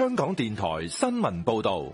香港電台新聞報道。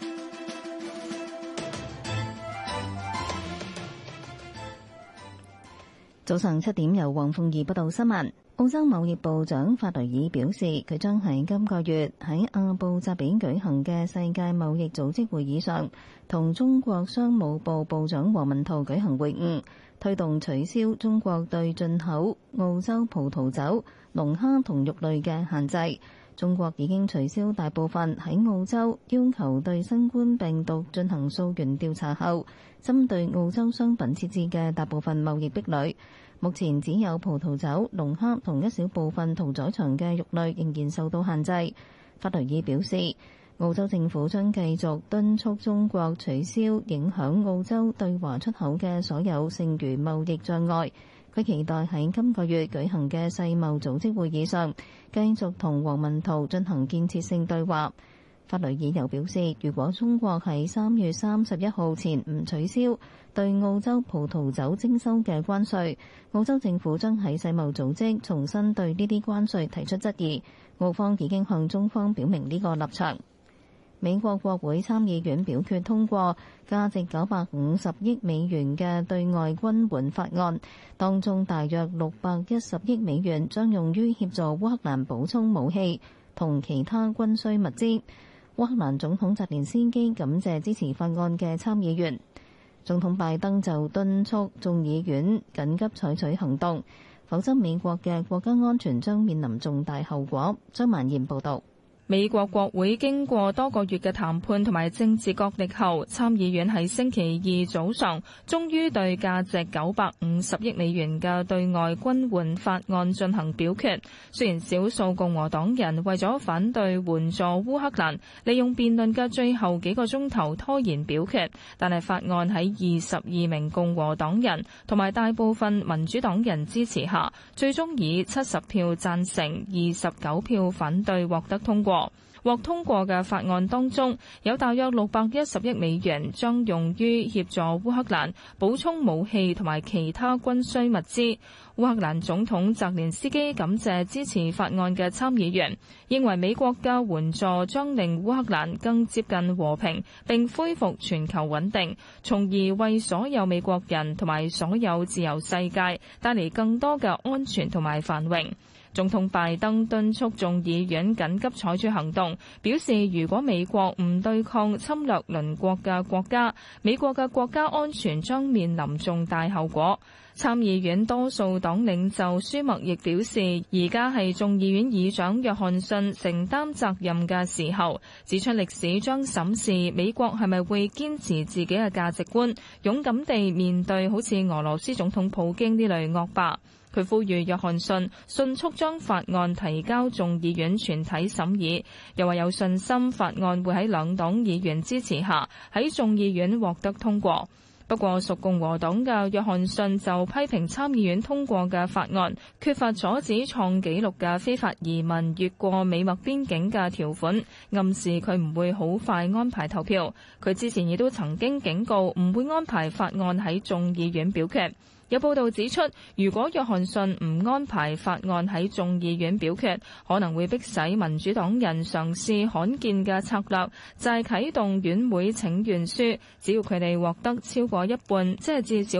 早上7點，由黃鳳儀報道新聞。澳洲貿易部長法雷爾表示，佢將喺今個月喺阿布扎比舉行嘅世界貿易組織會議上，同中國商務部部長王文濤舉行會晤，推動取消中國對進口澳洲葡萄酒、龍蝦同肉類嘅限制。中國已經取消大部分喺澳洲要求對新冠病毒進行溯源調查後，針對澳洲商品設置嘅大部分貿易壁壘。目前只有葡萄酒、龍蝦同一小部分屠宰場嘅肉類仍然受到限制。法雷爾表示，澳洲政府將繼續敦促中國取消影響澳洲對華出口嘅所有剩餘貿易障礙。佢期待喺今個月舉行嘅世貿組織會議上，繼續同王文濤進行建設性對話。法雷爾又表示，如果中國喺3月31號前唔取消對澳洲葡萄酒徵收嘅關稅，澳洲政府將喺世貿組織重新對呢啲關稅提出質疑。澳方已經向中方表明呢個立場。美國國會參議院表決通過價值950億美元嘅對外軍援法案，當中大約610億美元將用於協助烏克蘭補充武器同其他軍需物資。烏克蘭總統澤連斯基感謝支持法案嘅參議員。總統拜登就敦促眾議院緊急採取行動，否則美國嘅國家安全將面臨重大後果。張曼燕報導。 美國國會經過多個月嘅談判同埋政治角力後，參議院喺星期二早上終於對價值950億美元嘅對外軍援法案進行表決。雖然少數共和黨人為咗反對援助烏克蘭，利用辯論嘅最後幾個鐘頭拖延表決，但係法案喺22名共和黨人同埋大部分民主黨人支持下，最終以70票贊成、29票反對獲得通過。獲通過嘅法案當中，有大約610億美元將用於協助烏克蘭補充武器同埋其他軍需物資。烏克蘭總統澤連斯基感謝支持法案嘅參議員，認為美國嘅援助將令烏克蘭更接近和平並恢復全球穩定，從而為所有美國人同埋所有自由世界帶嚟更多嘅安全同埋繁榮。總統拜登敦促眾議院緊急採取行動，表示如果美國唔對抗侵略鄰國嘅國家，美國嘅國家安全將面臨重大後果。參議院多數黨領袖舒默亦表示，而家係眾議院議長約翰遜承擔責任嘅時候，指出歷史將審視美國係咪會堅持自己嘅價值觀，勇敢地面對好似俄羅斯總統普京呢類惡霸。佢呼籲約翰遜迅速將法案提交眾議院全體審議，又話有信心法案會喺兩黨議員支持下喺眾議院獲得通過。不過屬共和黨嘅約翰遜就批評參議院通過嘅法案缺乏阻止創紀錄嘅非法移民越過美墨邊境嘅條款，暗示佢唔會好快安排投票。佢之前亦都曾經警告唔會安排法案喺眾議院表決。有報道指出，如果約翰遜唔安排法案喺眾議院表決，可能會迫使民主黨人嘗試罕見嘅策略，就係啟動院會請願書，只要佢哋獲得超過一半，即係至少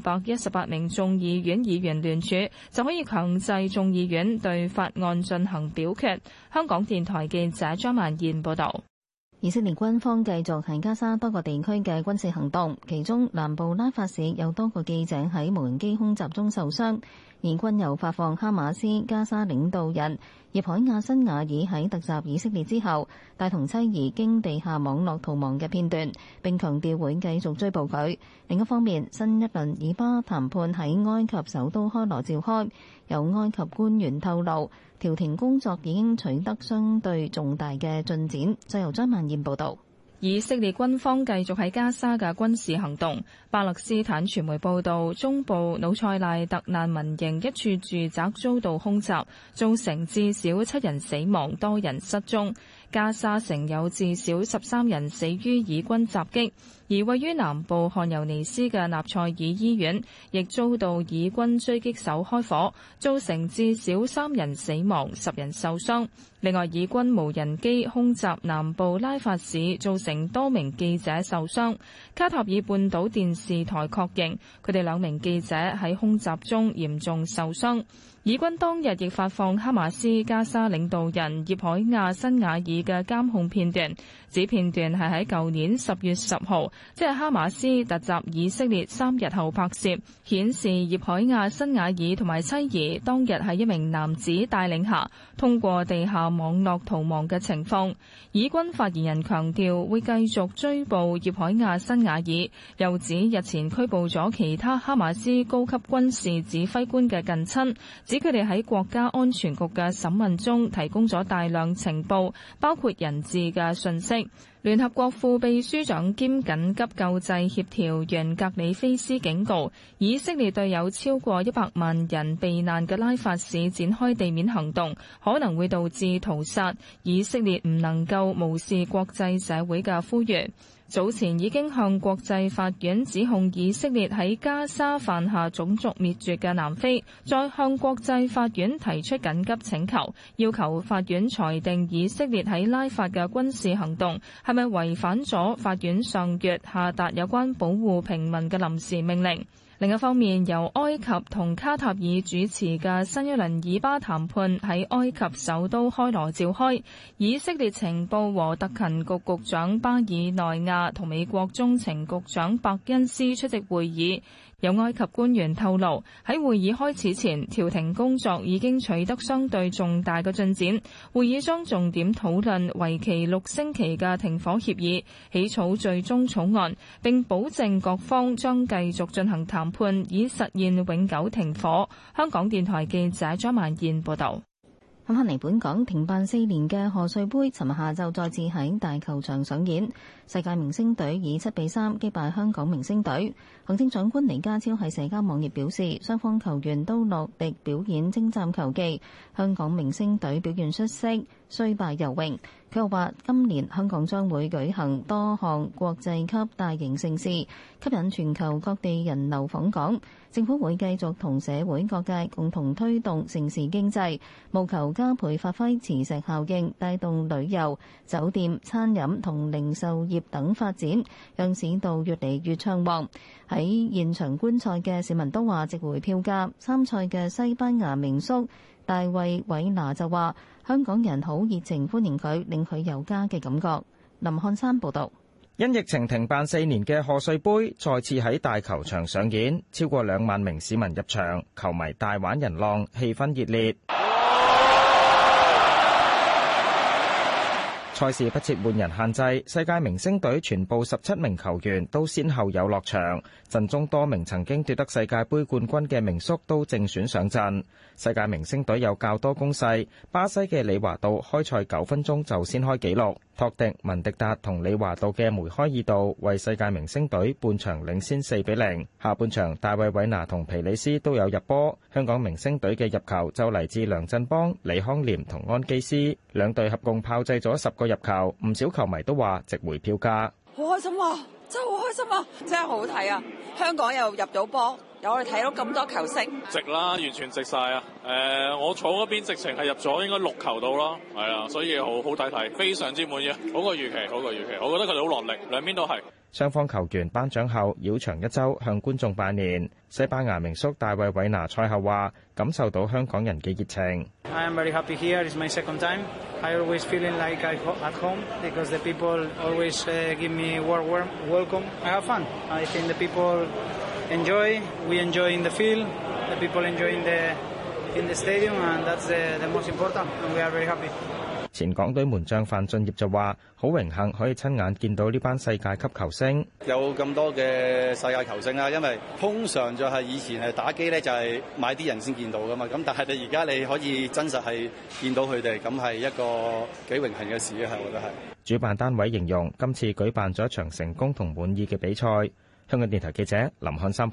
218名眾議院議員聯署，就可以強制眾議院對法案進行表決。香港電台記者張曼燕報導。 以色列軍方繼續喺加沙多個地區嘅軍事行動，其中南部拉法市有多個記者喺無人機空襲中受傷。以軍又發放哈馬斯加沙領導人葉海亞辛瓦爾喺突襲以色列之後，帶同妻兒經地下網絡逃亡嘅片段，並強調會繼續追捕佢。另一方面，新一輪以巴談判喺埃及首都開羅召開，有埃及官員透露，調停工作已經取得相對重大嘅進展。就由張曼燕報導。 以色列軍方繼續喺加沙嘅軍事行動。巴勒斯坦傳媒報道，中部努塞賴特難民營一處住宅遭到空襲，造成至少7人死亡，多人失蹤。 加沙城有至少13人死於以軍襲擊，而位於南部漢尤尼斯嘅納賽爾醫院亦遭到以軍狙擊手開火，造成至少3人死亡、10人受傷。另外，以軍無人機空襲南部拉法市，造成多名記者受傷。卡塔爾半島電視台確認，佢哋2名記者喺空襲中嚴重受傷。以軍當日亦發放哈馬斯加沙領導人葉海亞辛瓦爾嘅監控片段，指片段係喺舊年10月10號，即係哈馬斯突襲以色列3日後拍攝，顯示葉海亞辛瓦爾同埋妻兒當日喺一名男子帶領下，通過地下網絡逃亡嘅情況。以軍發言人強調會繼續追捕葉海亞辛瓦爾，又指日前拘捕咗其他哈馬斯高級軍事指揮官嘅近親，指佢哋喺國家安全局嘅審問中提供咗大量情報，包括人質嘅訊息。聯合國副秘書長兼緊急救濟協調員格里菲斯警告，以色列對有超過100萬人避難嘅拉法市展開地面行動，可能會導致屠殺。以色列唔能夠無視國際社會嘅呼籲。早前已經向國際法院指控以色列喺加沙犯下種族滅絕嘅南非，再向國際法院提出緊急請求，要求法院裁定以色列喺拉法嘅軍事行動係咪違反咗法院上月下達有關保護平民嘅臨時命令。另一方面，由埃及同卡塔爾主持嘅新一輪以巴談判喺埃及首都開羅召開，以色列情報和特勤局局長巴爾內亞同美國中情局長伯恩斯出席會議。有埃及官員透露，喺會議開始前，調停工作已經取得相對重大嘅進展。會議將重點討論為期6星期嘅停火協議，起草最終草案，並保證各方將繼續進行談判，以實現永久停火。香港電台記者張曼燕報導。 翻返嚟本港，停辦4年嘅賀歲杯，尋日下晝再次喺大球場上演，世界明星隊以7-3擊敗香港明星隊。行政長官李家超喺社交網頁表示，雙方球員都落力表演精湛球技，香港明星隊表現出色，雖敗猶榮。佢又話，今年香港將會舉行多項國際級大型盛事，吸引全球各地人流訪港。政府會繼續同社會各界共同推動盛事經濟，務求加倍發揮磁石效應，帶動旅遊、酒店、餐飲同零售業等發展，讓市道越嚟越暢旺。喺現場觀賽嘅市民都話值回票價。參賽嘅西班牙名宿大衛韋拿就話，香港人好熱情歡迎佢，令佢有家嘅感覺。林漢山報導。 因疫情停辦4年嘅賀歲杯再次喺大球場上演，超過2萬名市民入場，球迷大玩人浪，氣氛熱烈。賽事不設換人限制，世界明星隊全部17名球員都先後有落場，陣中多名曾經奪得世界盃冠軍嘅名宿都正選上陣。世界明星隊有較多攻勢，巴西嘅李華道開賽9分鐘就先開紀錄，托迪、文迪達同李華道嘅梅開二度，為世界明星隊半場領先4-0。下半場大衛韋拿同皮里斯都有入波，香港明星隊嘅入球就嚟自梁振邦、李康廉同安基斯，兩隊合共炮製咗10個入球，唔少球迷都話值回票價。 好開心啊！真係好開心啊！真係好好睇啊！香港又入到波，有我哋睇到咁多球星， 值啦，完全值晒啊！我坐嗰邊直情係入咗應該6球到咯，係啊，所以好睇，非常之滿意，好過預期，我覺得佢哋好落力，兩邊都係。 雙方球員頒獎後繞場一周向觀眾拜年。西班牙名宿大衛韋拿賽後話，感受到香港人嘅熱情。 I am very happy here. It's my second time. I always feeling like I'm at home because the people always give me warm welcome. I have fun. I think the people enjoy. We enjoy in the field. The people enjoy in the stadium, and that's the most important. And we are very happy. 前港隊門將范俊業就話：好榮幸可以親眼見到呢班世界級球星， 有咁多嘅世界球星啦。因為通常就係以前係打機咧，就係買啲人先見到噶嘛。咁但係你而家你可以真實係見到佢哋，咁係一個幾榮幸嘅事嘅，係我覺得係。 主辦單位形容今次舉辦咗一場成功同滿意嘅比賽。香港電台記者林漢山報導。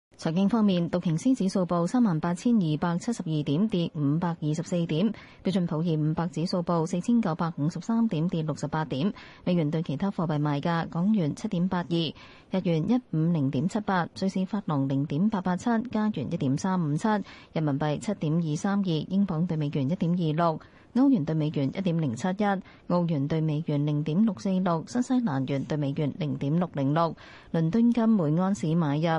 財經方面，道瓊斯指數報38,272點，跌524點；標準普爾500指數報4,953點，跌68點。美元對其他貨幣賣價：港元7.82，日元150.78，瑞士法郎0.887，加元1.357，人民幣7.232，英鎊對美元1.26。歐元對美元1.071，澳元對美元0.646，新西蘭元對美元0.606。倫敦金每盎司買入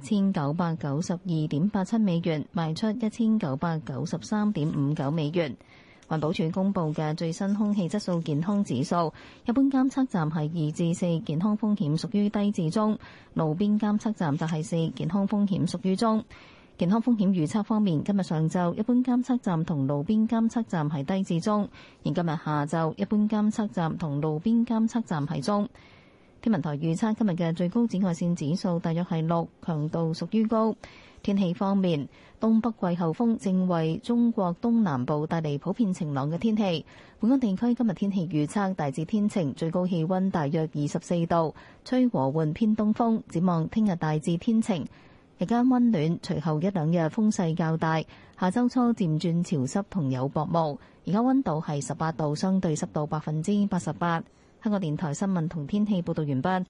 1992.87美元，賣出1993.59美元。環保署公布嘅最新空氣質素健康指數，一般監測站係2至4，健康風險屬於低至中；路邊監測站就係4，健康風險屬於中。健康風險預測方面，今日上晝一般監測站同路邊監測站係低至中，而今日下晝一般監測站同路邊監測站係中。天文台預測今日嘅最高紫外線指數大約係6，強度屬於高。天氣方面，東北季候風正為中國東南部帶嚟普遍晴朗嘅天氣。本港地區今日天氣預測大致天晴，最高氣溫大約24度，吹和緩偏東風。展望聽日大致天晴，日間溫暖，隨後一兩日風勢較大，下週初漸轉潮濕同有薄霧。而家溫度係18度，相對濕度88%。香港電台新聞同天氣報道完畢。